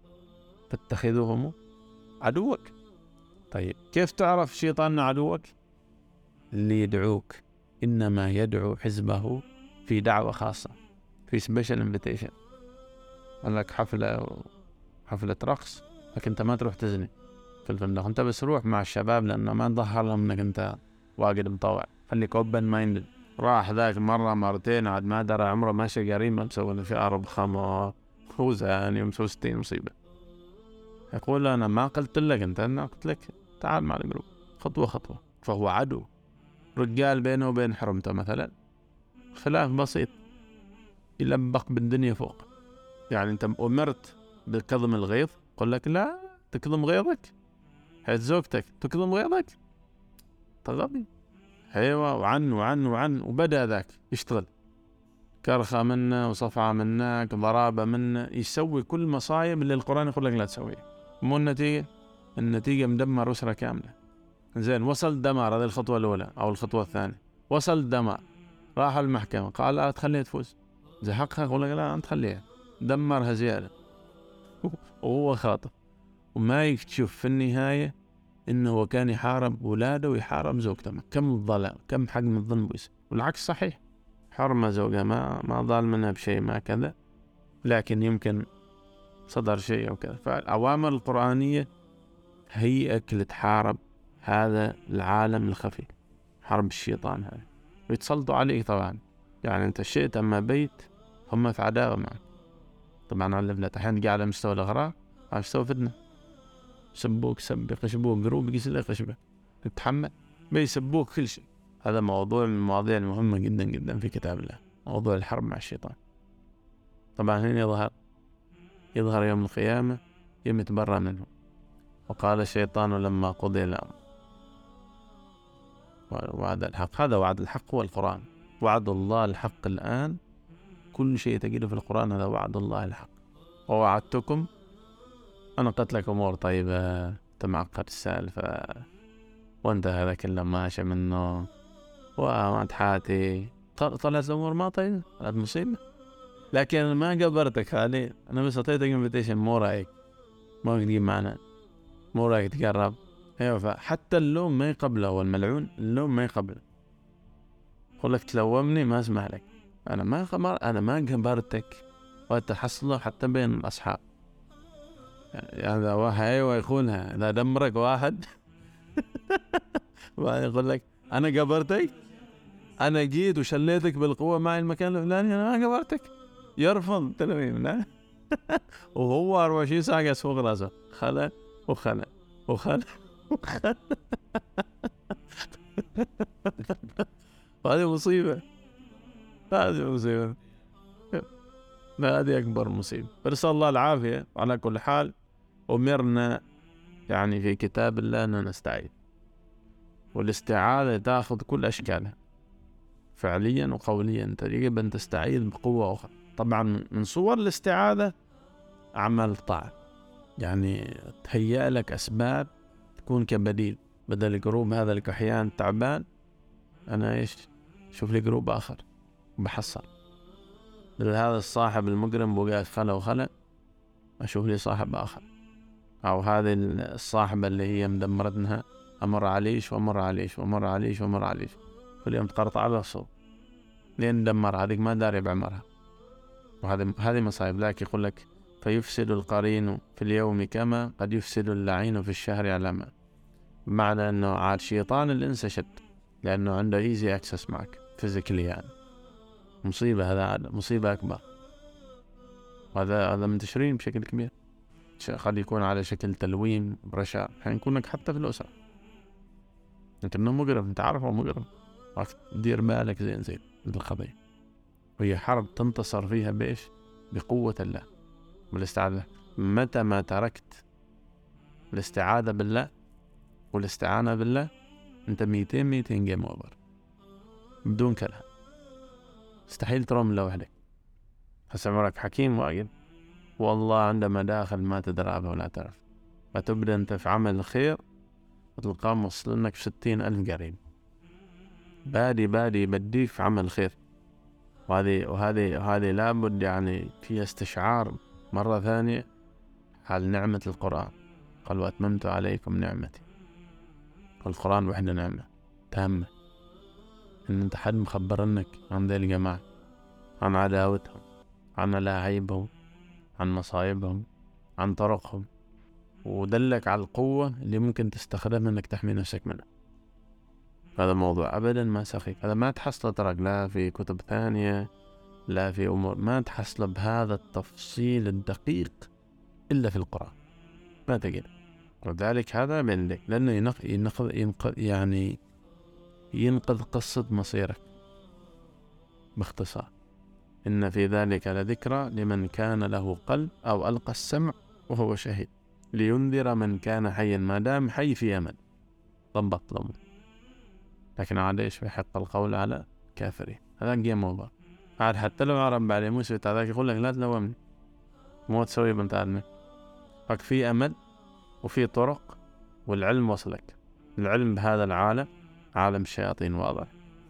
فاتخذوهم عدوك. طيب كيف تعرف الشيطان عدوك؟ اللي يدعوك إنما يدعو حزبه في دعوة خاصة، في سبيشال انفيتيشن، قال لك حفلة رقص، لكن أنت ما تروح تزني في الفندق، أنت بس روح مع الشباب، لأنه ما تظهر لهم إنك أنت واجد مطوع. خليك اوبن مايندد. راح ذاك مرة مرتين، عاد ما درى عمره ماشي قريب، مسوي في أرب خمر وزاني ومسوي 60 مصيبة. يقول أنا ما قلت لك أنت، أنا قلت لك تعال مع الجروب خطوة خطوة. فهو عدو. رجال بينه وبين حرمته مثلا خلاف بسيط يلبق بالدنيا فوق، يعني أنت أمرت بكظم الغيظ، قل لك لا تكظم غيظك، حيث زوجتك تكظم غيظك تغضب. ايوه، وعن وبدأ ذاك يشتغل، كرخة منه وصفعة منك، ضرابة منه، يسوي كل مصايب اللي القرآن يقول لك لا تسويها. مو النتيجة مدمر أسرة كاملة. زين، وصل دمار، هذه الخطوة الأولى أو الخطوة الثانية. وصل دمار، راح المحكمة، قال لا تخليها تفوز، زحقها، يقول لك لا أنت خليها، دمرها زيادة وهو خاطئ. وما يكتشف في النهاية إنه هو كان يحارب أولاده ويحارب زوجته. كم الظلم، كم حجم الظلم بيصير. والعكس صحيح، حرمة زوجها ما ضال منها بشيء، ما كذا، لكن يمكن صدر شيء أو كذا. فالأوامر القرآنية هيئك لتحارب هذا العالم الخفي، حرب الشيطان هذا، ويتسلطوا عليك طبعا. يعني أنت شئت أما بيت هم في عداوة معك. طبعا علمنا أحيانا على مستوى الأغراء، على مستوى فتنة، سبوك يخشبوك قروب يقيس لك خشبة تتحمل، بيسبوك كل شيء. هذا موضوع من المواضيع المهمة جدا جدا في كتاب الله، موضوع الحرب مع الشيطان. طبعا هنا يظهر يوم القيامة، يتبرأ منه. وقال الشيطان لما قضي الأمر وعد الحق. هذا وعد الحق هو القرآن، وعد الله الحق. الآن كل شيء تجده في القرآن هذا وعد الله الحق. ووعدتكم أنا قلت لك أمور طيبة، تمعقد السالفة، وانت هذا كله ماشي منه وما تحاتي، طلعت الأمور ما طيبة، طلعت مصيبة. لكن أنا ما قبرتك عليه، أنا بس أعطيتك انفيتيشن، مو رأيك، ما تجيب معنا، مو رأيك تقرب. أيوة، فحتى اللوم ما يقبله، والملعون اللوم ما يقبله. أقول لك تلومني ما أسمح لك، أنا ما قبرتك، وتحصله حتى بين الأصحاب. يعني هذا واحد أيوة يقولها، إذا دمرك واحد يقول لك أنا قبرتك، أنا جيت وشليتك بالقوة معي المكان الفلاني، أنا ما قبرتك، يرفض تلوين. لا وهو 24 ساعة قاعد فوق راسه، خلع وخلع وخلع وخلع. هذه مصيبة، هذه أكبر مصيبة. فنسأل الله العافية. وعلى كل حال أمرنا يعني في كتاب الله أن نستعيذ، والاستعاذة تأخذ كل أشكالها، فعليا وقوليا. تجب أن تستعيذ بقوة أخرى. طبعا من صور الاستعاذة أعمال الطاعة، يعني تهيأ لك أسباب تكون كبديل، بدل جروب هذا الكحيان تعبان، أنا شوف لي جروب آخر بحصل. بدل هذا الصاحب المجرم بقى خلق، أشوف لي صاحب آخر. أو هذه الصاحبة اللي هي مدمرتنها، أمر عليش كل يوم تقرطع على الصوت لين دمر هذيك، ما داري بعمرها. وهذه مصايب. لكن يقول لك فيفسد القرين في اليوم كما قد يفسد اللعين في الشهر علما، بمعنى أنه عاد شيطان الإنس شد، لأنه عنده ايزي اكسس معك فيزيكلي، يعني مصيبة. هذا مصيبة أكبر، هذا منتشرين بشكل كبير. قد يكون على شكل تلوين برشا، يكونك حتى في الأسرة، لكنه مقرب، انت عارفه مقرب، دير بالك زين. القضية، وهي حرب تنتصر فيها بإيش؟ بقوة الله والاستعاذة. متى ما تركت الاستعاذة بالله والاستعانة بالله أنت 200 جيم أوفر بدون كلام. مستحيل ترم إلا وحدك. هسه عمرك حكيم واجد، والله عند مداخل ما تدرى بها ولا تعرف. فتبدأ أنت في عمل الخير وتلقاه موصل لك 60,000 قريب بادي بديك في عمل الخير. وهذه لابد يعني في استشعار مرة ثانية على نعمة القرآن. قال وأتممت عليكم نعمتي. والقرآن وحده نعمة تامة. إن أنت حد مخبرنك عن ذي الجماعة، عن عداوتهم، عن لاعيبهم، عن مصايبهم، عن طرقهم، ودلك على القوة اللي ممكن تستخدمها إنك تحمي نفسك منها. هذا موضوع أبدا ما سخيف. هذا ما تحصله ترك لا في كتب ثانية لا في أمور، ما تحصله بهذا التفصيل الدقيق إلا في القرآن، ما تجد. وذلك هذا من لك لأنه ينقذ قصة مصيرك باختصار. إن في ذلك لذكرى لمن كان له قلب أو ألقى السمع وهو شهيد لينذر من كان حيا. ما دام حي في أمل ضبط ضمن، لكن عاد إيش يحق القول على كافرين. هذا جيم أوفر. عاد حتى لو عرب عليه موسى هذاك يقول لك لا تلومني، مو تسوي بنت آدم. فك في أمل وفي طرق، والعلم وصلك. العلم بهذا العالم عالم الشياطين واضح،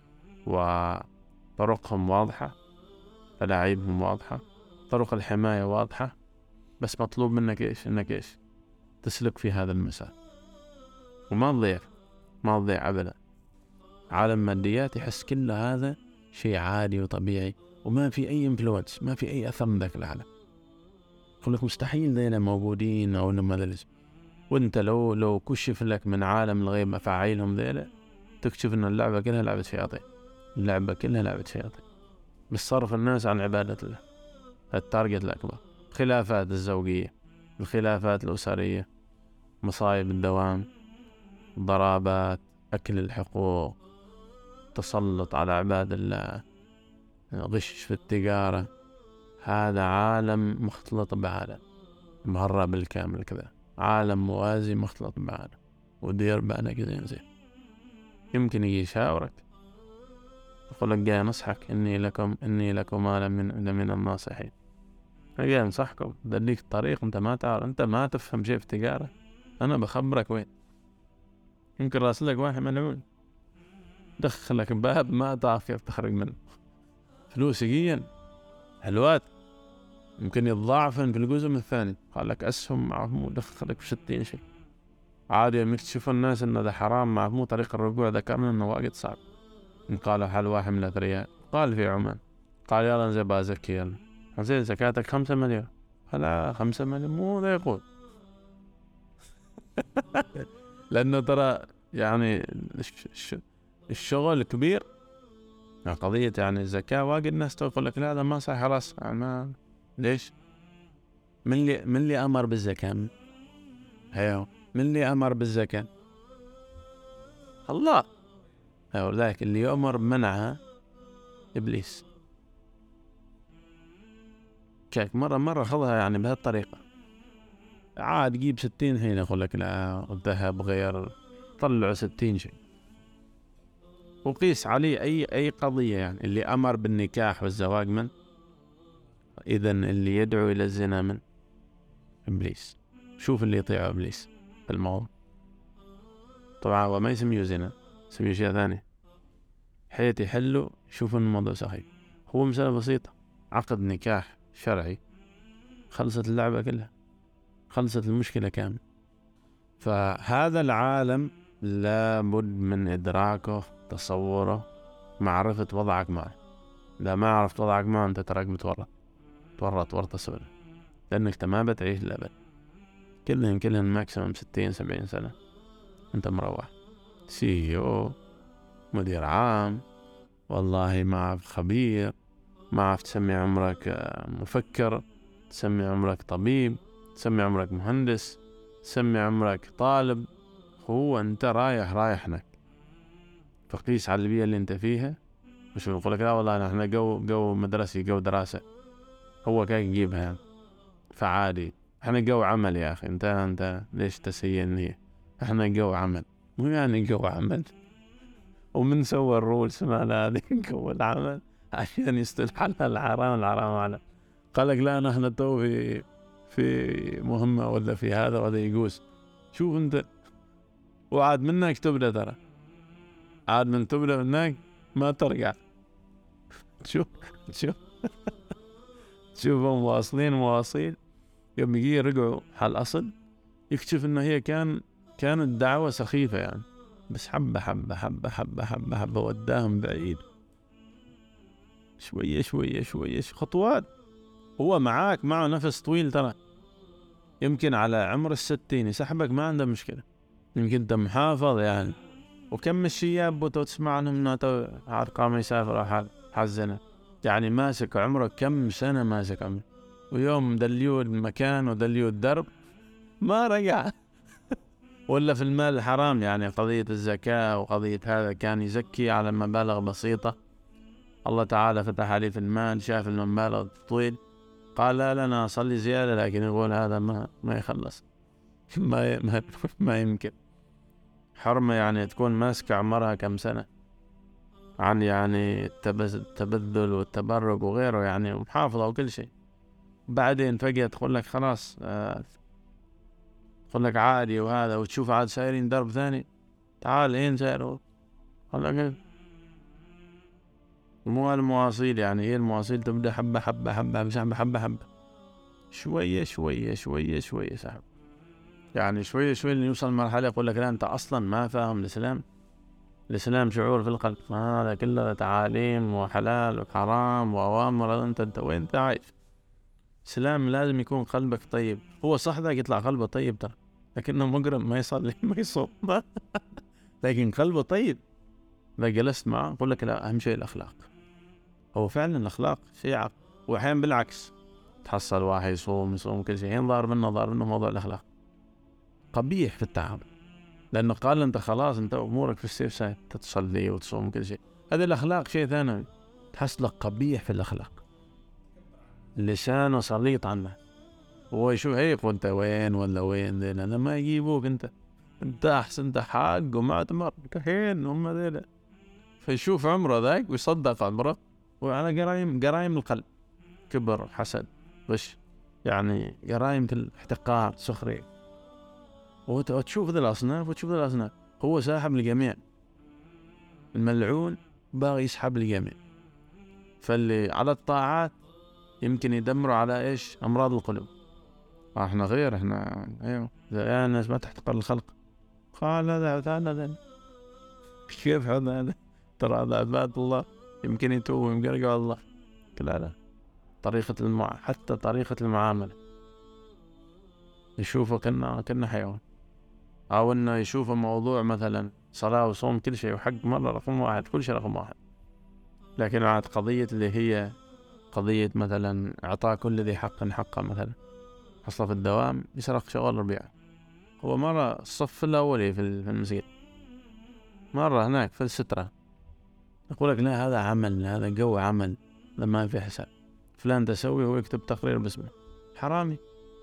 وطرقهم واضحة، تلاعيبهم واضحة، طرق الحماية واضحة. بس مطلوب منك إيش؟ إنك إيش؟ تسلك في هذا المسار وما تضيع أبدا. عالم ماديات يحس كل هذا شيء عادي وطبيعي وما في أي انفلونس، ما في أي أثر من ذاك العالم. يقول لك مستحيل ذينا موجودين أو إنهم هذا الاسم. وانت لو كشف لك من عالم الغيب مفاعيلهم ذيلا تكتشف ان اللعبة كلها لعبة شياطين، بتصرف الناس عن عبادة الله. التارجت الأكبر خلافات الزوجية، الخلافات الأسرية، مصايب الدوام، ضرابات، أكل الحقوق، تسلط على عباد الله، غش في التجارة. هذا عالم مختلط بعالم مهرب بالكامل كذا، عالم موازي مختلط بعالم. ودير بالك زين يمكن يجي يشاورك يقول لك جاي نصحك إني لكم من الناصحين. جاي نصحكم دليك الطريق. أنت ما تعرف، أنت ما تفهم شيء في التجارة، أنا بخبرك وين. يمكن راسلك واحد ملعون دخلك باب ما تعرف كيف تخرج منه، فلوس يجين حلوات يمكن يتضاعفن في الجزء الثاني. قال لك أسهم معهم ودخلك في 60 شيء عادي. يكتشفوا الناس إن هذا حرام معهم. طريق الرجوع ذكرنا إنه واجد صعب. إن قالوا حل واحد من الأثرياء قال في عمان، قال يلا نزل بازكي، يلا نزل زكاتك 5 مليون. لا 5 مليون مو ذا يقول لأنه ترى يعني الشغل كبير. قضية يعني الزكاة واجد ناس تقول لك لا هذا ما صح خلاص. ما ليش؟ من اللي أمر بالزكاة؟ هيو من اللي أمر بالزكاة؟ الله. ولذلك اللي يؤمر بمنعها إبليس. كيف مرة خذها يعني بهالطريقة. عاد جيب 60 حين يقول لك لا الذهب غير، طلعوا 60 شيء. وقيس عليه أي قضية. يعني اللي أمر بالنكاح والزواج من؟ إذن اللي يدعو إلى الزنا من؟ إبليس. شوف اللي يطيع إبليس في الموضوع. طبعا هو ما يسميه زنا، يسميه شيء ثاني. حيث يحلوا شوفوا الموضوع سخيف. هو مسألة بسيطة، عقد نكاح شرعي، خلصت اللعبة كلها، خلصت المشكلة كامل. فهذا العالم لابد من إدراكه، تصوره، معرفة وضعك معه. إذا ما عرفت وضعك معه أنت تراك متورط ورطة سوداء، لأنك ما بتعيش لأبد. كلهن ماكسيمم 60-70 سنة أنت مروح CEO، مدير عام، والله ما عرف خبير، ما عرف تسمي عمرك مفكر، تسمي عمرك طبيب، تسمي عمرك مهندس، تسمي عمرك طالب. هو أنت رايح هناك. فقيس على البيئة اللي أنت فيها مش يقول لك لا والله احنا جو مدرسي، جو دراسة، هو كان يجيبها يعني. فعادي، احنا جو عمل يا اخي، انت ليش تسيء النية؟ احنا جو عمل، مو يعني جو عمل ومن سوى الرولز مال هذه جو العمل عشان يستلحل الحرام على. قال لك لا نحن تو في مهمة ولا في هذا، وهذا يقوس. شوف انت، وعاد منك تبدأ، ترى عاد من تبدأ منك ما ترجع. شوف شوفهم مواصلين يوم يجي رجعوا على الأصل، يكتشف إنه هي كانت دعوة سخيفة يعني، بس حبة وداهم بعيد، شوية خطوات. هو معه نفس طويل ترى، يمكن على عمر 60 يسحبك ما عنده مشكلة، يمكن انت محافظ يعني. وكم الشياب تسمع عنهم انه ارقام يسافر حزنة يعني، ماسك عمره كم سنة ماسك عمره، ويوم دليو المكان ودليو الدرب ما رجع. ولا في المال الحرام يعني، قضية الزكاة وقضية هذا، كان يزكي على مبالغ بسيطة، الله تعالى فتح عليه في المال، شاف المبالغ طويل، قال لا أنا أصلي زيادة، لكن يقول هذا ما يخلص. ما يمكن. حرمة يعني تكون ماسكة عمرها كم سنة عن يعني التبذل والتبرج وغيره يعني، ومحافظة وكل شيء، بعدين فجأة تقول لك خلاص، تقول لك عادي وهذا، وتشوف عاد سايرين درب ثاني، تعال اين سايروا؟ قال لك مو المواصيل يعني، هي المواصيل تبدأ حبة شوية سحب يعني، شوية اللي يوصل مرحلة يقول لك لا أنت أصلا ما فاهم الإسلام شعور في القلب، هذا كله تعاليم وحلال وحرام وأوامر، أنت وين أنت عايش؟ الإسلام لازم يكون قلبك طيب. هو صح ذاك يطلع قلبه طيب ترى، لكنه مجرم، ما يصلي ما يصوم لكن قلبه طيب. إذا جلست معه يقول لك لا، أهم شيء الأخلاق. هو فعلا الأخلاق شيء عقل، وأحيانا بالعكس تحصل واحد يصوم كل شيء، ظهر منه موضوع الأخلاق قبيح في التعامل، لأنه قال أنت خلاص أنت أمورك في السيف سايد، تصلي وتصوم كل شيء. هذه الأخلاق شيء ثاني، تحس لك قبيح في الأخلاق، لسانه سليط عنه، هو يشوف هيك وأنت وين ولا وين ذيلا، أنا ما يجيبوك أنت أحسن، أنت حق وما تمر كهين هم ذيلا. فيشوف عمره ذاك ويصدق عمره، وعلى قرايم القلب، كبر، حسد، غش يعني، قرايم الاحتقار، سخرية. وتشوف ذي الأصناف هو ساحب الجميع، الملعون باغي يسحب الجميع. فاللي على الطاعات يمكن يدمروا على إيش؟ أمراض القلوب. احنا غير، احنا ايوه يا الناس ما تحتقر الخلق، قال هذا كيف هذا؟ ترى هذا عباد الله، يمكن يتوبوا يمكن يرجعوا الله. لا حتى طريقة المعاملة يشوفه كنا حيوان، أو إنه يشوفه موضوع مثلا صلاة وصوم كل شيء وحق مرة رقم واحد، كل شيء رقم واحد، لكن عاد قضية اللي هي قضية مثلا إعطاء كل ذي حق حقه، مثلا حصل في الدوام يسرق شغل ربيع. هو مرة الصف الأولي في المسجد، مرة هناك في السترة، يقول لك لا هذا عمل، هذا جو عمل، لما في حساب فلان تسوي، هو يكتب تقرير باسمه، حرامي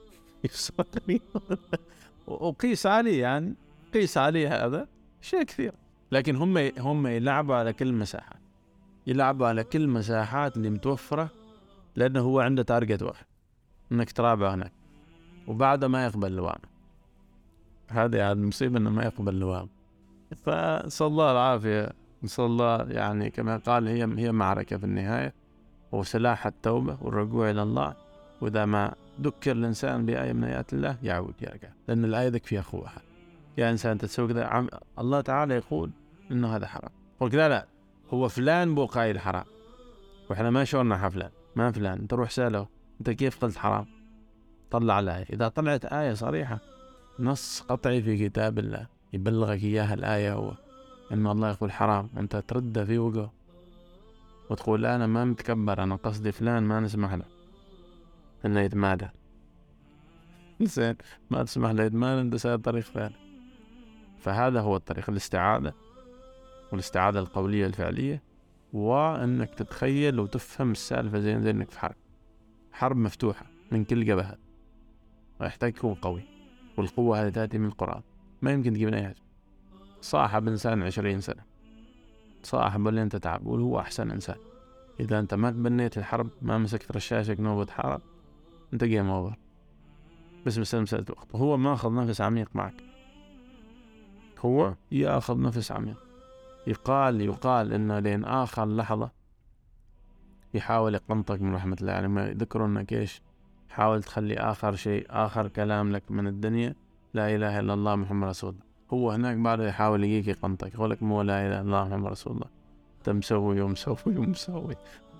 وقيس عليه يعني، قيس عليه هذا شيء كثير. لكن هم يلعبوا على كل المساحات، يلعبوا على كل المساحات اللي متوفرة، لأنه هو عنده تارجت واحد، إنك ترابع هناك، وبعد ما يقبل لوام. هذه يعني المصيبة، إنه ما يقبل لوام. فنسأل الله العافية، نسأل الله يعني كما قال هي معركة في النهاية، وسلاح التوبة والرجوع إلى الله. وإذا ما ذكر الإنسان بآية من آيات الله يعود يرجع، لأن الآية ذك فيها أخوها. يا إنسان تسوي كذا، الله تعالى يقول إنه هذا حرام، قل كذا لا، هو فلان بو قايل حرام، وإحنا ما شورنا حفلان، ما فلان، أنت روح سأله أنت كيف قلت حرام، طلع الآية. إذا طلعت آية صريحة، نص قطعي في كتاب الله يبلغك إياها الآية، هو إن الله يقول حرام، وأنت ترد في وقه وتقول لا أنا ما متكبر، أنا قصدي فلان ما نسمح له إنه يتمادى. إنسان ما تسمح له يتمادى، أنت ساير طريق ثاني. فهذا هو الطريق، الاستعادة، والاستعادة القولية الفعلية، وإنك تتخيل وتفهم السالفة زي إنك في حرب مفتوحة من كل جبهة، ويحتاج تكون قوي، والقوة هذه تأتي من القرآن، ما يمكن تجيب من أي حاجة. صاحب إنسان 20 سنة، صاحب ولا أنت تعب، وهو أحسن إنسان. إذا أنت ما تبنيت الحرب، ما مسكت رشاشك نوبة حرب، أنت جيم أوفر، بس مسألة وقت. هو ما أخذ نفس عميق معك، هو يأخذ نفس عميق. يقال إنه لين آخر لحظة يحاول يقنطك من رحمة الله. يعني ما يذكروا إنك إيش، حاول تخلي آخر شيء، آخر كلام لك من الدنيا لا إله إلا الله محمد رسول الله. هو هناك بعد يحاول يجيك يقنطك، يقول لك مو لا إله إلا الله محمد رسول الله، أنت مسوي ومسوي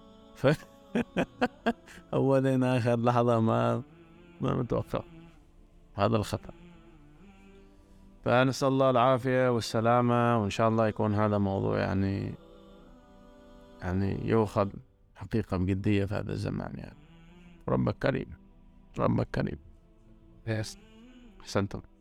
هو لين آخر لحظة ما متوقع. هذا الخطأ. فنسأل الله العافية والسلامة، وإن شاء الله يكون هذا موضوع يعني يؤخذ حقيقة بجدية في هذا الزمان. يعني ربك كريم، ربك كريم. أحسنتم.